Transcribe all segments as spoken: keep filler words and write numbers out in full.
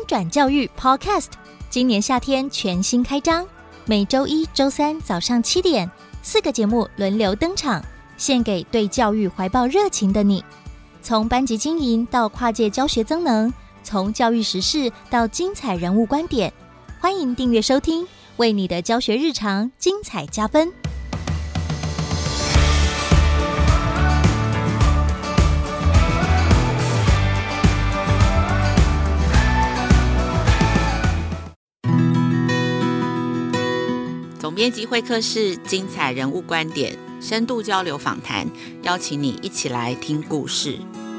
转教育 Podcast， 今年夏天全新开张，每周一、周三早上七点，四个节目轮流登场，献给对教育怀抱热情的你。从班级经营到跨界教学增能，从教育时事到精彩人物观点，欢迎订阅收听，为你的教学日常精彩加分。 总编辑会客室，精彩人物观点，深度交流访谈，邀请你一起来听故事。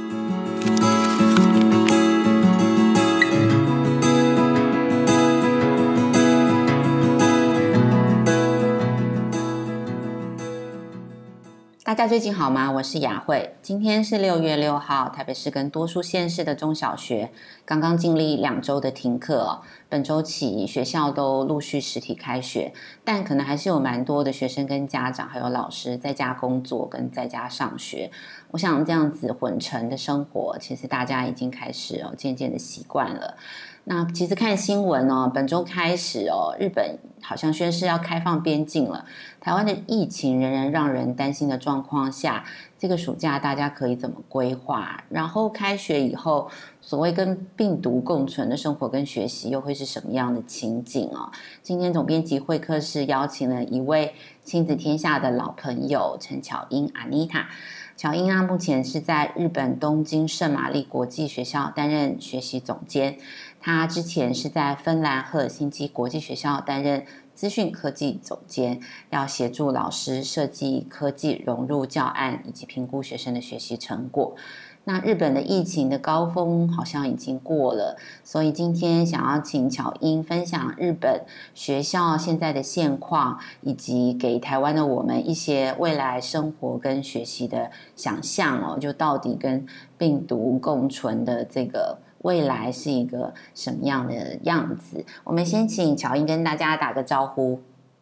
大家最近好吗？我是雅慧。今天是六月六号，台北市跟多数县市的中小学刚刚经历两周的停课哦。本周起学校都陆续实体开学，但可能还是有蛮多的学生跟家长还有老师在家工作跟在家上学。我想这样子混成的生活，其实大家已经开始哦渐渐的习惯了。那其实看新闻哦，本周开始哦，日本好像宣示要开放边境了。台湾的疫情仍然让人担心的状况下，这个暑假大家可以怎么规划？然后开学以后，所谓跟病毒共存的生活跟学习又会是什么样的情景哦？今天总编辑会客室邀请了一位亲子天下的老朋友陈巧英 Anita。巧英啊，目前是在日本东京圣玛丽国际学校担任学习总监。他之前是在芬兰赫尔辛基国际学校担任资讯科技总监，要协助老师设计科技融入教案以及评估学生的学习成果。那日本的疫情的高峰好像已经过了，所以今天想要请巧英分享日本学校现在的现况，以及给台湾的我们一些未来生活跟学习的想象哦，就到底跟病毒共存的这个未来是一个什么样的样子。我们先请巧英跟大家打个招呼。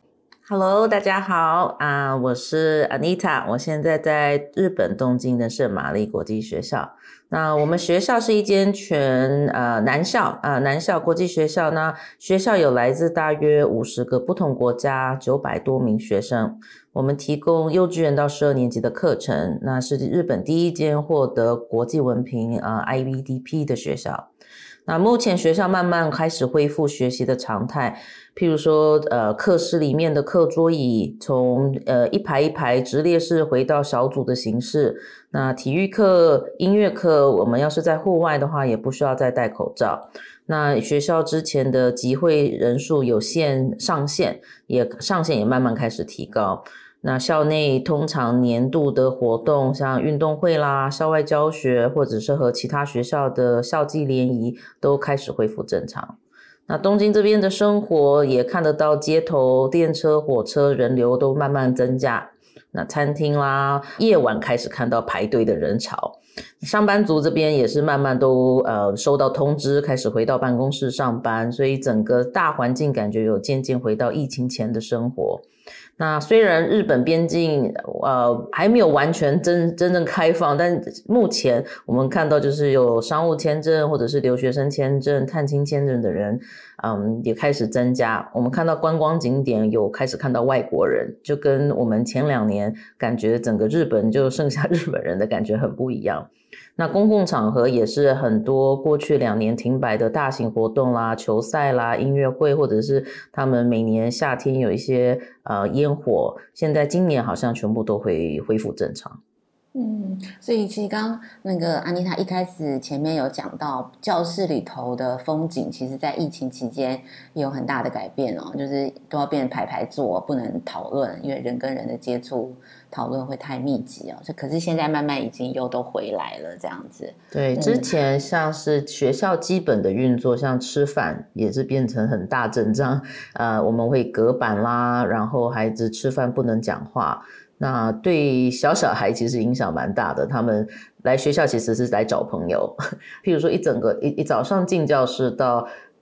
Hello， 大家好啊、呃，我是 Anita， 我现在在日本东京的圣玛丽国际学校。那我们学校是一间全呃男校啊、呃，男校国际学校呢，学校有来自大约五十个不同国家，九百多名学生。我们提供幼稚园到十二年级的课程，那是日本第一间获得国际文凭啊、呃、I V D P 的学校。那目前学校慢慢开始恢复学习的常态，譬如说呃课室里面的课桌椅从呃一排一排直列式回到小组的形式。那体育课、音乐课，我们要是在户外的话也不需要再戴口罩。那学校之前的集会人数有限上限，也上限也慢慢开始提高。那校内通常年度的活动，像运动会啦、校外教学，或者是和其他学校的校际联谊，都开始恢复正常。那东京这边的生活也看得到，街头、电车、火车人流都慢慢增加。那餐厅啦，夜晚开始看到排队的人潮。上班族这边也是慢慢都呃收到通知，开始回到办公室上班，所以整个大环境感觉有渐渐回到疫情前的生活。那虽然日本边境呃还没有完全真真正开放，但目前我们看到就是有商务签证或者是留学生签证、探亲签证的人，嗯也开始增加。我们看到观光景点有开始看到外国人，就跟我们前两年感觉整个日本就剩下日本人的感觉很不一样。那公共场合也是很多过去两年停摆的大型活动啦、球赛啦、音乐会，或者是他们每年夏天有一些呃烟火，现在今年好像全部都会恢复正常。 嗯，所以其实刚刚那个安妮塔一开始前面有讲到教室里头的风景，其实在疫情期间也有很大的改变哦，就是都要变成排排坐，不能讨论，因为人跟人的接触讨论会太密集哦。可是现在慢慢已经又都回来了这样子。 对，之前像是学校基本的运作，像吃饭也是变成很大阵仗，呃，我们会隔板啦，然后孩子吃饭不能讲话。那对小小孩其实影响蛮大的，他们来学校其实是来找朋友，譬如说一整个一一早上进教室到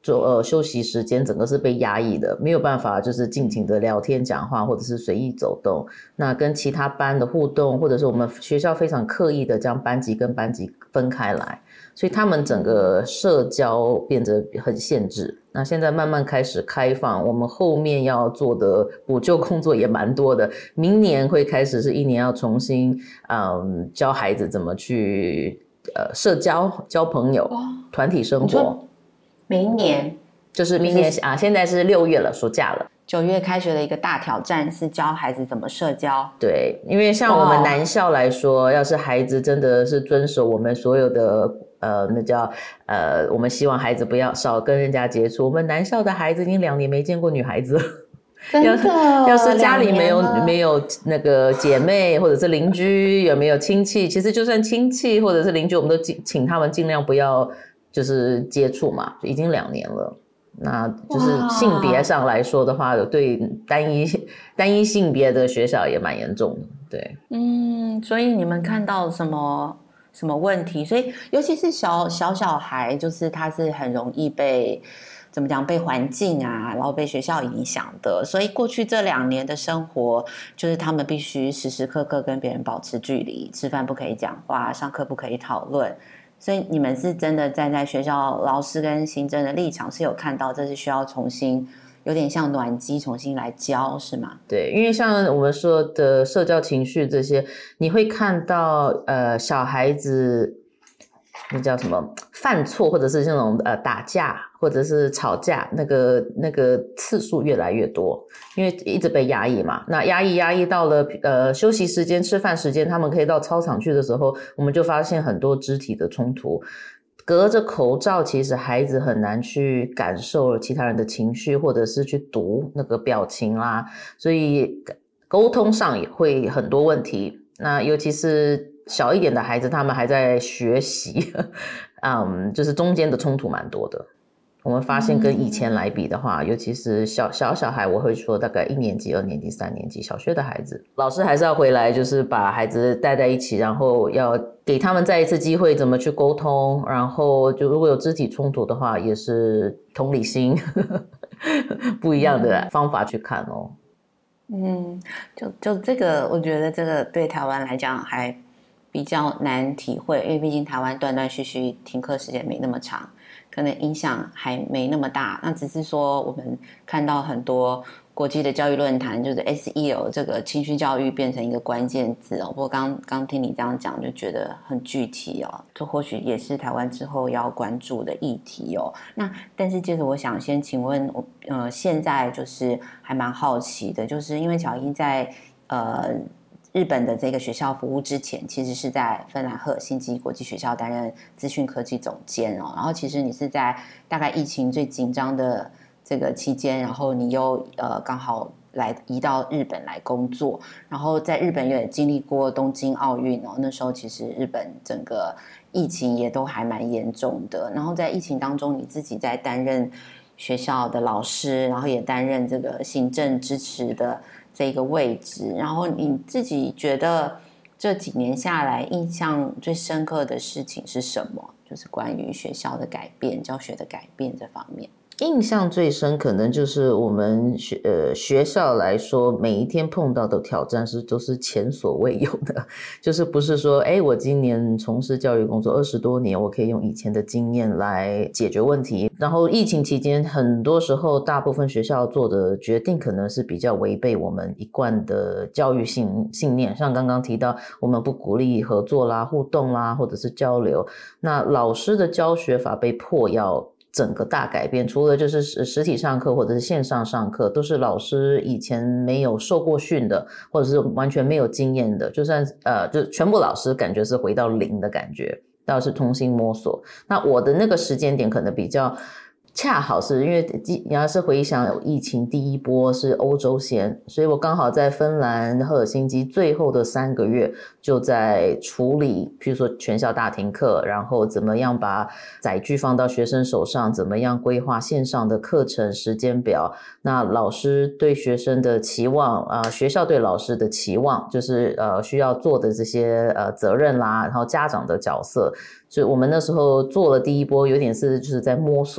就呃休息时间整个是被压抑的，没有办法就是尽情的聊天讲话或者是随意走动，那跟其他班的互动，或者是我们学校非常刻意的将班级跟班级分开来，所以他们整个社交变得很限制。那现在慢慢开始开放，我们后面要做的补救工作也蛮多的，明年会开始是一年要重新嗯教孩子怎么去呃社交交朋友、团体生活。 明年就是明年、就是、啊，现在是六月了，暑假了， 九月开学的一个大挑战是教孩子怎么社交。 对，因为像我们男校来说，要是孩子真的是遵守我们所有的呃，那叫呃，我们希望孩子不要少跟人家接触。我们男校的孩子已经两年没见过女孩子了。 真的， 要是要是家里没有没有那个姐妹或者是邻居，有没有亲戚？其实就算亲戚或者是邻居，我们都请他们尽量不要就是接触嘛，已经两年了。那就是性别上来说的话，对单一单一性别的学校也蛮严重的。对， 嗯，所以你们看到什么什么问题？所以尤其是小小小孩，就是他是很容易被怎么讲被环境啊，然后被学校影响的。所以过去这两年的生活，就是他们必须时时刻刻跟别人保持距离，吃饭不可以讲话，上课不可以讨论。所以你们是真的站在学校老师跟行政的立场，是有看到这是需要重新有点像暖机重新来教，是吗？ 对，因为像我们说的社交情绪这些，你会看到呃小孩子那叫什么犯错，或者是这种呃打架或者是吵架，那个那个次数越来越多，因为一直被压抑嘛。那压抑压抑到了呃休息时间、吃饭时间，他们可以到操场去的时候，我们就发现很多肢体的冲突。隔着口罩，其实孩子很难去感受其他人的情绪，或者是去读那个表情啦，所以沟通上也会很多问题。那尤其是小一点的孩子，他们还在学习，嗯，就是中间的冲突蛮多的。我们发现跟以前来比的话，嗯、尤其是小小小孩，我会说大概一年级、二年级、三年级小学的孩子，老师还是要回来，就是把孩子带在一起，然后要给他们再一次机会，怎么去沟通，然后就如果有肢体冲突的话，也是同理心不一样的方法去看哦。 嗯，就就这个，我觉得这个对台湾来讲还比较难体会，因为毕竟台湾断断续续停课时间没那么长。可能影响还没那么大，那只是说我们看到很多国际的教育论坛，就是 S E L 这个情绪教育变成一个关键字哦。不过刚刚听你这样讲，就觉得很具体哦，这或许也是台湾之后要关注的议题哦。那但是接着我想先请问，呃，现在就是还蛮好奇的，就是因为巧英在呃。日本的这个学校服务之前，其实是在芬兰赫尔辛基国际学校担任资讯科技总监哦。然后其实你是在大概疫情最紧张的这个期间，然后你又呃刚好来移到日本来工作，然后在日本也经历过东京奥运哦。那时候其实日本整个疫情也都还蛮严重的。然后在疫情当中，你自己在担任学校的老师，然后也担任这个行政支持的这个位置，然后你自己觉得这几年下来印象最深刻的事情是什么？就是关于学校的改变、教学的改变这方面。 印象最深可能就是我们学呃学校来说，每一天碰到的挑战是都是前所未有的，就是不是说哎我今年从事教育工作二十多年，我可以用以前的经验来解决问题。然后疫情期间，很多时候大部分学校做的决定可能是比较违背我们一贯的教育信信念，像刚刚提到我们不鼓励合作啦、互动啦，或者是交流。那老师的教学法被迫要整个大改变，除了就是实体上课或者是线上上课，都是老师以前没有受过训的，或者是完全没有经验的，就算呃，就全部老师感觉是回到零的感觉，倒是重新摸索。那我的那个时间点可能比较恰好是因为你要是回想疫情第一波是欧洲线，所以我刚好在芬兰赫尔辛基最后的三个月就在处理，譬如说全校大停课，然后怎么样把载具放到学生手上，怎么样规划线上的课程时间表，那老师对学生的期望，呃，学校对老师的期望，就是呃需要做的这些呃责任啦，然后家长的角色，所以我们那时候做了第一波，有点是就是在摸索。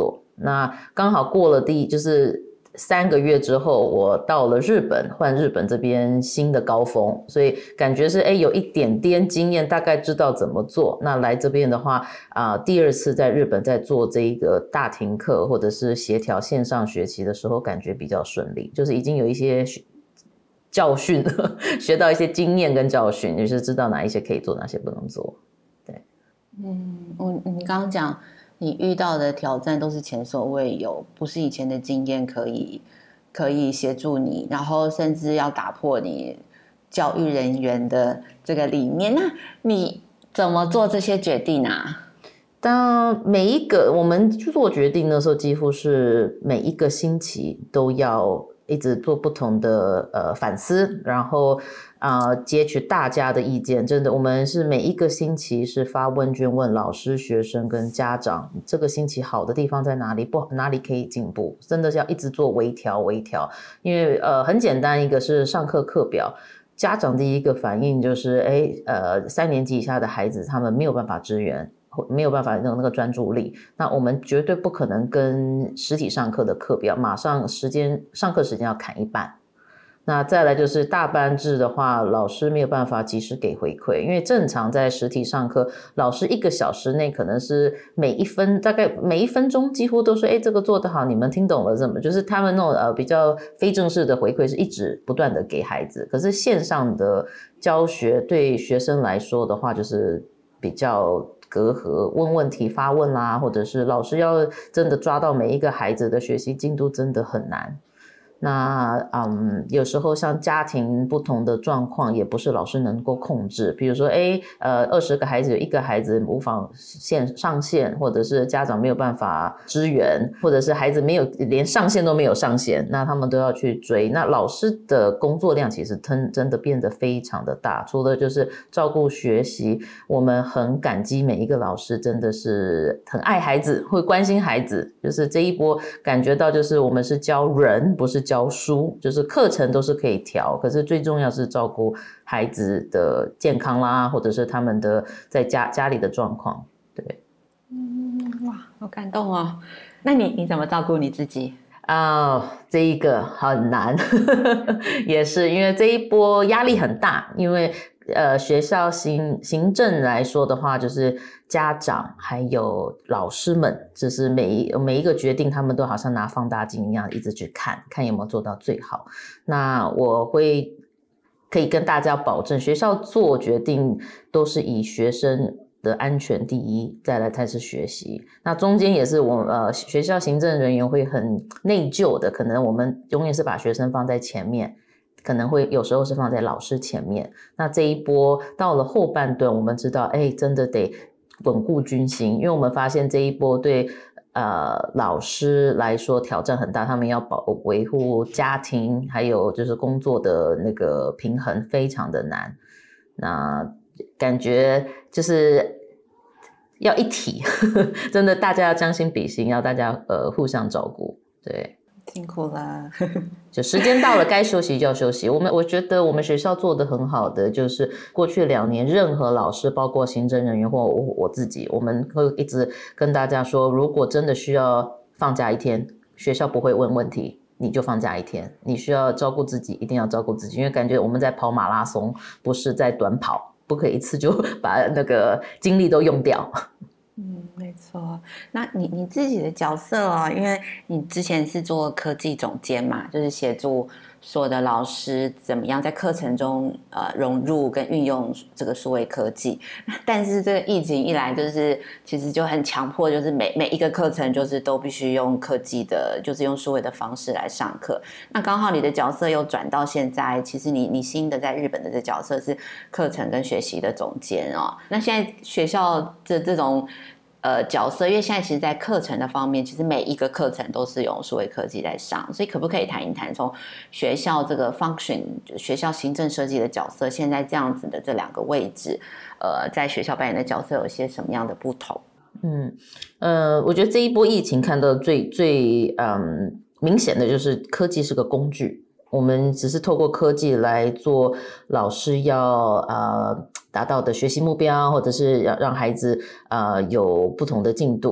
那刚好过了第就是三个月之后，我到了日本，换日本这边新的高峰，所以感觉是哎有一点点经验，大概知道怎么做。那来这边的话啊、呃，第二次在日本在做这一个大停课或者是协调线上学习的时候，感觉比较顺利，就是已经有一些教训了，学到一些经验跟教训，就是知道哪一些可以做，哪些不能做。对， 嗯，我你刚刚讲。你遇到的挑战都是前所未有，不是以前的经验可以可以协助你，然后甚至要打破你教育人员的这个理念。那你怎么做这些决定啊？ 当每一个我们做决定的时候，几乎是每一个星期都要一直做不同的呃反思，然后啊、呃、截取大家的意见。真的，我们是每一个星期是发问卷问老师、学生跟家长，这个星期好的地方在哪里，不哪里可以进步，真的是要一直做微调微调。因为呃很简单，一个是上课课表。家长第一个反应就是，哎，呃，三年级以下的孩子他们没有办法支援，没有办法有那个专注力。那我们绝对不可能跟实体上课的课表马上时间上课时间要砍一半。那再来就是大班制的话，老师没有办法及时给回馈，因为正常在实体上课，老师一个小时内可能是每一分大概每一分钟几乎都说，哎，这个做得好，你们听懂了怎么？就是他们那种呃比较非正式的回馈是一直不断的给孩子，可是线上的教学对学生来说的话，就是比较隔阂，问问题发问啦，或者是老师要真的抓到每一个孩子的学习进度，真的很难。那嗯，有时候像家庭不同的状况，也不是老师能够控制。比如说，哎，呃，二十个孩子有一个孩子无法线上线，或者是家长没有办法支援，或者是孩子没有连上线都没有上线，那他们都要去追。那老师的工作量其实真真的变得非常的大，除了就是照顾学习，我们很感激每一个老师，真的是很爱孩子，会关心孩子。就是这一波感觉到，就是我们是教人，不是教教书，就是课程都是可以调，可是最重要是照顾孩子的健康啦，或者是他们的在家家里的状况。对， 嗯，哇，好感动哦。那你你怎么照顾你自己啊、哦？这一个很难，也是因为这一波压力很大，因为呃，学校行行政来说的话，就是家长还有老师们，就是每一每一个决定，他们都好像拿放大镜一样，一直去看看有没有做到最好。那我会可以跟大家保证，学校做决定都是以学生的安全第一，再来才是学习。那中间也是我呃学校行政人员会很内疚的，可能我们永远是把学生放在前面。可能会有时候是放在老师前面，那这一波到了后半段，我们知道，哎，真的得稳固军心，因为我们发现这一波对呃老师来说挑战很大，他们要保维护家庭还有就是工作的那个平衡非常的难，那感觉就是要一体，真的大家要将心比心，要大家呃互相照顾，对。 辛苦了， 就时间到了，该休息就要休息。我们我觉得我们学校做得很好的，就是过去两年，任何老师，包括行政人员或 我, 我自己，我们会一直跟大家说，如果真的需要放假一天，学校不会问问题，你就放假一天。你需要照顾自己，一定要照顾自己，因为感觉我们在跑马拉松，不是在短跑，不可以一次就把那个精力都用掉。 嗯，没错。那你你自己的角色哦，因为你之前是做科技总监嘛，就是协助所有的老师怎么样在课程中呃融入跟运用这个数位科技。但是这个疫情一来，就是其实就很强迫，就是每每一个课程就是都必须用科技的，就是用数位的方式来上课。那刚好你的角色又转到现在，其实你你新的在日本的这角色是课程跟学习的总监哦。那现在学校的这种呃角色，因为现在其实在课程的方面，其实每一个课程都是用数位科技在上，所以可不可以谈一谈从学校这个 function 学校行政设计的角色，现在这样子的这两个位置，呃，在学校扮演的角色有些什么样的不同？ 嗯，呃，我觉得这一波疫情看到最最嗯明显的就是科技是个工具，我们只是透过科技来做老师要呃达到的学习目标，或者是要让孩子呃有不同的进度。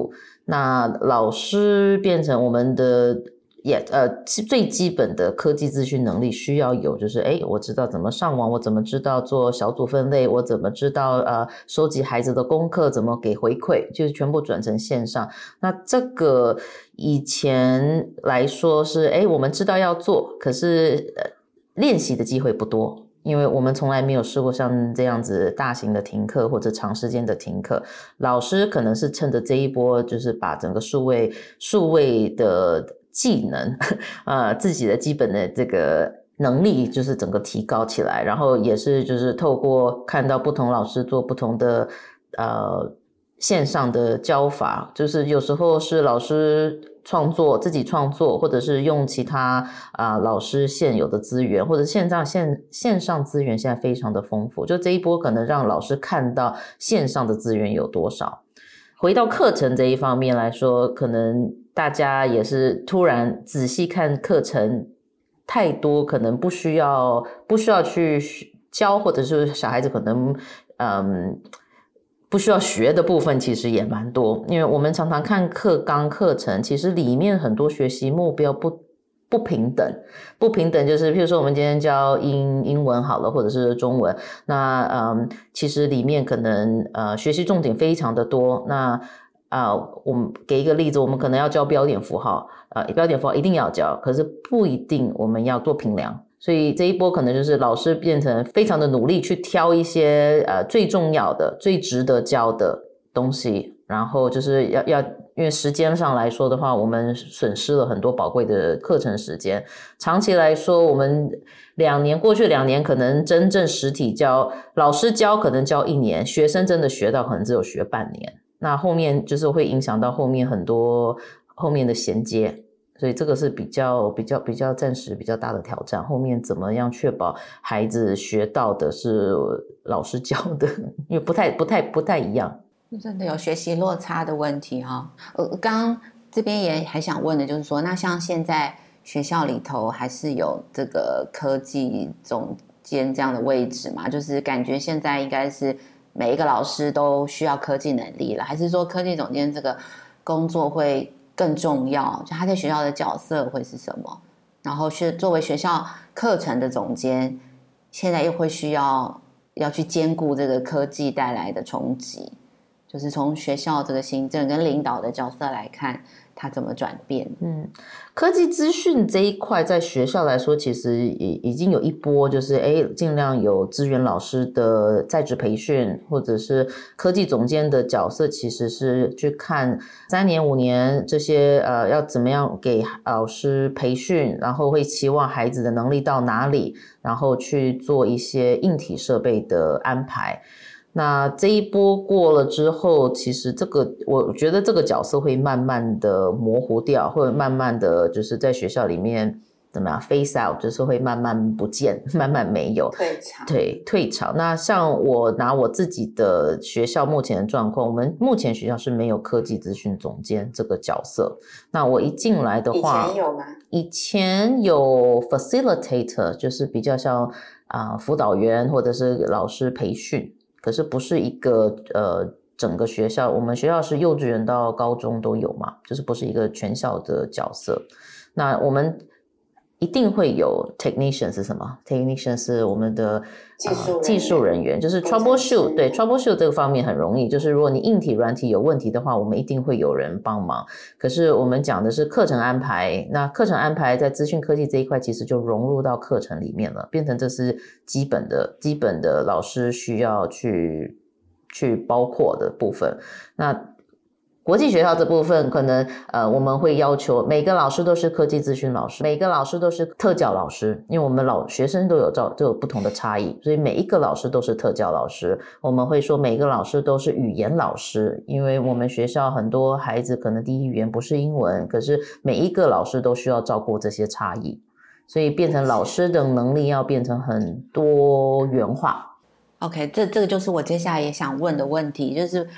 那老师变成我们的也呃最基本的科技资讯能力需要有，就是哎，我知道怎么上网，我怎么知道做小组分类，我怎么知道呃收集孩子的功课，怎么给回馈，就是全部转成线上。那这个以前来说是哎，我们知道要做，可是呃练习的机会不多。因为我们从来没有试过像这样子大型的停课或者长时间的停课，老师可能是趁着这一波，就是把整个数位数位的技能，呃，自己的基本的这个能力，就是整个提高起来，然后也是就是透过看到不同老师做不同的呃线上的教法，就是有时候是老师创作自己创作，或者是用其他啊、呃、老师现有的资源，或者线上线线上资源现在非常的丰富，就这一波可能让老师看到线上的资源有多少。回到课程这一方面来说，可能大家也是突然仔细看课程太多，可能不需要不需要去教，或者是小孩子可能嗯。不需要学的部分其实也蛮多，因为我们常常看课纲课程，其实里面很多学习目标不不平等，不平等就是譬如说我们今天教英英文好了，或者是中文，那嗯，其实里面可能呃学习重点非常的多，那啊、呃，我们给一个例子，我们可能要教标点符号，呃，标点符号一定要教，可是不一定我们要做评量。所以这一波可能就是老师变成非常的努力去挑一些呃最重要的、最值得教的东西，然后就是要要因为时间上来说的话，我们损失了很多宝贵的课程时间。长期来说，我们两年过去两年，可能真正实体教老师教可能教一年，学生真的学到可能只有学半年。那后面就是会影响到后面很多后面的衔接。所以这个是比较比较比较暂时比较大的挑战，后面怎么样确保孩子学到的是老师教的，因为不太不太不太一样， 真的有学习落差的问题哈。呃，刚刚这边也还想问的就是说，那像现在学校里头还是有这个科技总监这样的位置嘛？就是感觉现在应该是每一个老师都需要科技能力了，还是说科技总监这个工作会更重要，就他在学校的角色会是什么？然后是作为学校课程的总监，现在又会需要要去兼顾这个科技带来的冲击，就是从学校这个行政跟领导的角色来看，它怎么转变？ 嗯，科技资讯这一块在学校来说，其实已已经有一波，就是哎，尽量有资源老师的在职培训，或者是科技总监的角色，其实是去看三年五年这些呃要怎么样给老师培训，然后会期望孩子的能力到哪里，然后去做一些硬体设备的安排。那这一波过了之后，其实这个我觉得这个角色会慢慢的模糊掉，或者慢慢的就是在学校里面怎么样 face out， 就是会慢慢不见，慢慢没有退场。 对，退场。那像我拿我自己的学校目前的状况，我们目前学校是没有科技资讯总监这个角色。那我一进来的话， 以前有吗？ 以前有 facilitator， 就是比较像啊、呃、辅导员或者是老师培训。可是不是一个呃整个学校，我们学校是幼稚园到高中都有嘛，就是不是一个全校的角色。那我们一定会有 technician 是什么 ？technician 是我们的技术、 呃、技术人员，就是 troubleshoot。对 troubleshoot 这个方面很容易，就是如果你硬体软体有问题的话，我们一定会有人帮忙。可是我们讲的是课程安排，那课程安排在资讯科技这一块其实就融入到课程里面了，变成这是基本的基本的老师需要去去包括的部分。那国际学校这部分可能呃我们会要求每个老师都是科技资讯老师，每个老师都是特教老师，因为我们老学生都有都有不同的差异，所以每一个老师都是特教老师。我们会说每个老师都是语言老师，因为我们学校很多孩子可能第一语言不是英文，可是每一个老师都需要照顾这些差异，所以变成老师的能力要变成很多元化。 OK， 这这个就是我接下来也想问的问题，就是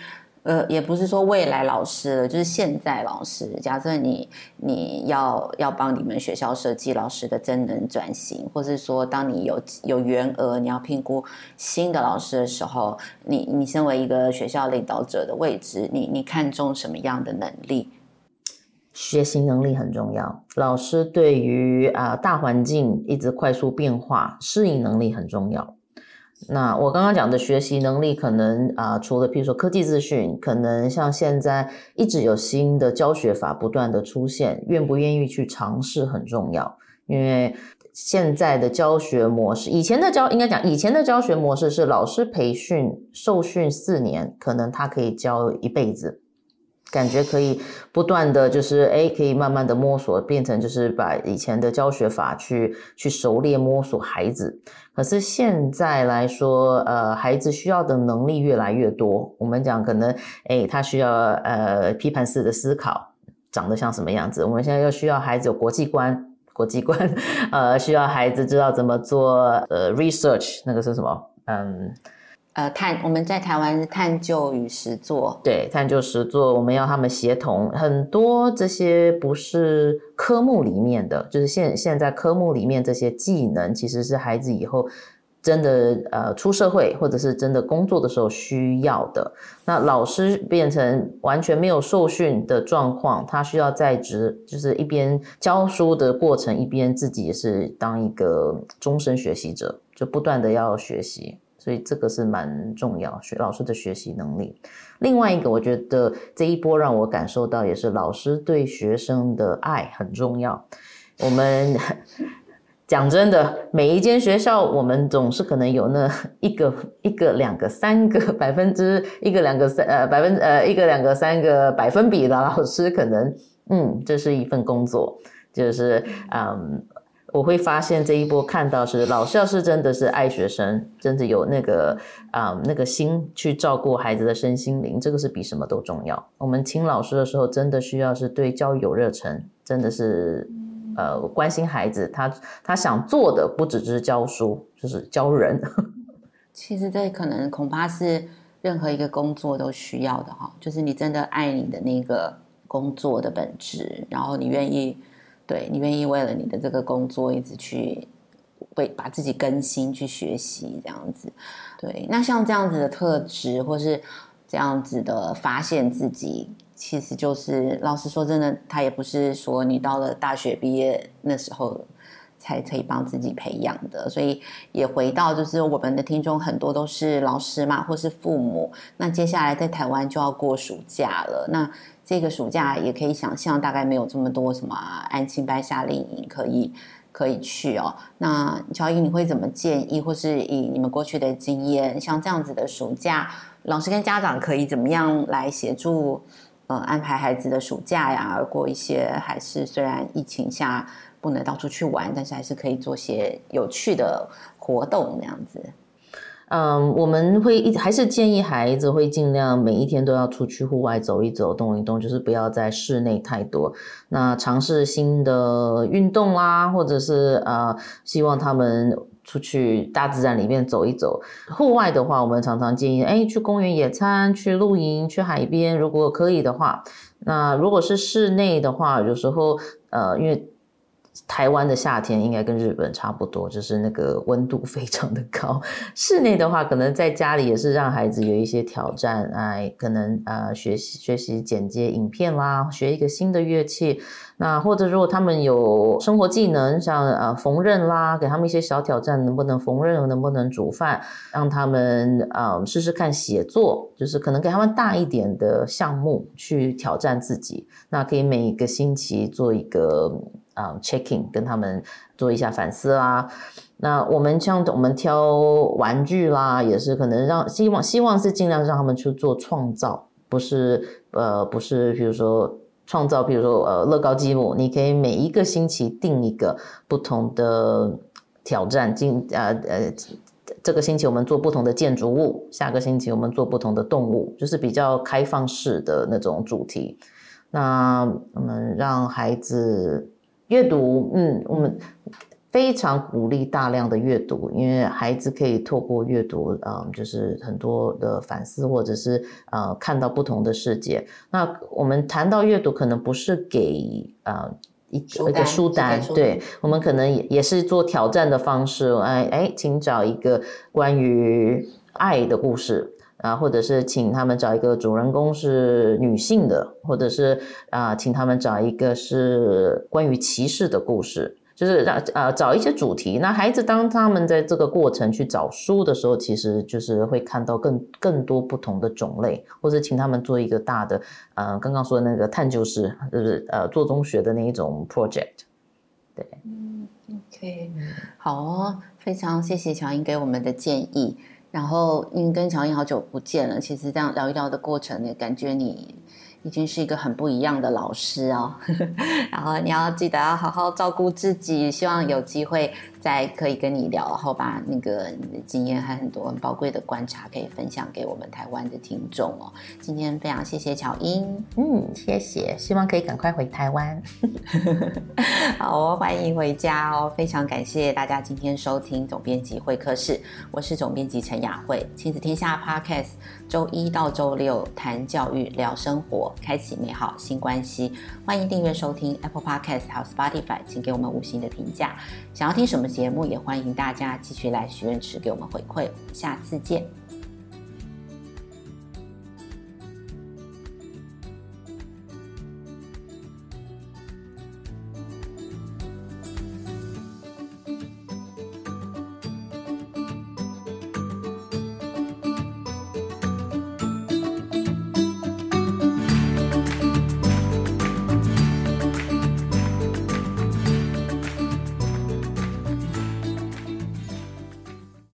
呃，也不是说未来老师了，就是现在老师。假设你你要要帮你们学校设计老师的真能转型，或是说当你有有员额，你要评估新的老师的时候，你你身为一个学校领导者的位置，你你看重什么样的能力？ 学习能力很重要，老师对于啊、呃、大环境一直快速变化，适应能力很重要。那我刚刚讲的学习能力，可能啊、呃，除了譬如说科技资讯，可能像现在一直有新的教学法不断的出现，愿不愿意去尝试很重要。因为现在的教学模式，以前的教应该讲以前的教学模式是老师培训受训四年，可能他可以教一辈子。感觉可以不断的就是哎，可以慢慢的摸索，变成就是把以前的教学法去去熟练摸索孩子。可是现在来说，呃，孩子需要的能力越来越多。我们讲可能哎，他需要呃批判式的思考，长得像什么样子？我们现在又需要孩子有国际观，国际观，呃，需要孩子知道怎么做呃 research， 那个是什么？嗯。 呃，探我们在台湾是探究与实作， 对，探究实作，我们要他们协同，很多这些不是科目里面的，就是现现在科目里面这些技能，其实是孩子以后真的呃出社会或者是真的工作的时候需要的。那老师变成完全没有受训的状况，他需要在职，就是一边教书的过程，一边自己也是当一个终身学习者，就不断的要学习。所以这个是蛮重要，学老师的学习能力。另外一个，我觉得这一波让我感受到，也是老师对学生的爱很重要。我们讲真的，每一间学校，我们总是可能有那一个、一个、两个、三个百分之一个、两个、三呃百分呃一个、两个、三个百分比的老师，可能嗯，这是一份工作，就是嗯。我会发现这一波看到是老师要是真的是爱学生，真的有那个啊、呃、那个心去照顾孩子的身心灵，这个是比什么都重要。我们请老师的时候，真的需要是对教育有热忱，真的是呃关心孩子，他他想做的不只是教书，就是教人。 其实这可能恐怕是任何一个工作都需要的哈，就是你真的爱你的那个工作的本质，然后你愿意。对，你愿意为了你的这个工作一直去为把自己更新去学习这样子。对，那像这样子的特质或是这样子的发现自己，其实就是老实说真的，他也不是说你到了大学毕业那时候才可以帮自己培养的。所以也回到就是我们的听众很多都是老师嘛，或是父母，那接下来在台湾就要过暑假了，那这个暑假也可以想象，大概没有这么多什么安亲班、夏令营可以可以去哦。那乔伊，你会怎么建议，或是以你们过去的经验，像这样子的暑假，老师跟家长可以怎么样来协助呃安排孩子的暑假呀？而过一些还是虽然疫情下不能到处去玩，但是还是可以做些有趣的活动那样子。 嗯，我们会一还是建议孩子会尽量每一天都要出去户外走一走、动一动，就是不要在室内太多。那尝试新的运动啦，或者是呃，希望他们出去大自然里面走一走。户外的话，我们常常建议，哎，去公园野餐、去露营、去海边，如果可以的话。那如果是室内的话，有时候呃，因为台湾的夏天应该跟日本差不多，就是那个温度非常的高。室内的话，可能在家里也是让孩子有一些挑战，哎，可能呃学习学习剪接影片啦，学一个新的乐器。那或者如果他们有生活技能，像呃缝纫啦，给他们一些小挑战，能不能缝纫，能不能煮饭，让他们呃试试看写作，就是可能给他们大一点的项目去挑战自己。那可以每一个星期做一个Um, checking 跟他们做一下反思啦。那我们像我们挑玩具啦，也是可能让希望希望是尽量让他们去做创造，不是呃不是比如说创造，比如说呃乐高积木，你可以每一个星期定一个不同的挑战，今呃呃这个星期我们做不同的建筑物，下个星期我们做不同的动物，就是比较开放式的那种主题。那我们让孩子阅读，嗯，我们非常鼓励大量的阅读，因为孩子可以透过阅读，嗯，就是很多的反思，或者是呃看到不同的世界。那我们谈到阅读，可能不是给呃一个一个书单，对，我们可能也也是做挑战的方式，哎哎，请找一个关于爱的故事。啊，或者是请他们找一个主人公是女性的，或者是啊，请他们找一个是关于歧视的故事，就是让呃找一些主题。那孩子当他们在这个过程去找书的时候，其实就是会看到更更多不同的种类，或者请他们做一个大的呃刚刚说的那个探究式，就是呃做中学的那一种 project。对， 嗯 ，OK， 好哦，非常谢谢巧英给我们的建议。然后因为跟巧英好久不见了，其实这样聊一聊的过程呢，感觉你已经是一个很不一样的老师哦。然后你要记得要好好照顾自己，希望有机会再可以跟你聊，然后把那个你的经验和很多很宝贵的观察可以分享给我们台湾的听众哦。今天非常谢谢巧英， 嗯，谢谢，希望可以赶快回台湾。 好哦，欢迎回家哦！非常感谢大家今天收听总编辑会客室，我是总编辑陈雅慧，亲子天下 Podcast， 周一到周六谈教育，聊生活，开启美好新关系。欢迎订阅收听 Apple Podcast 还有 Spotify， 请给我们五星的评价。想要听什么节目，也欢迎大家继续来许愿池给我们回馈。下次见。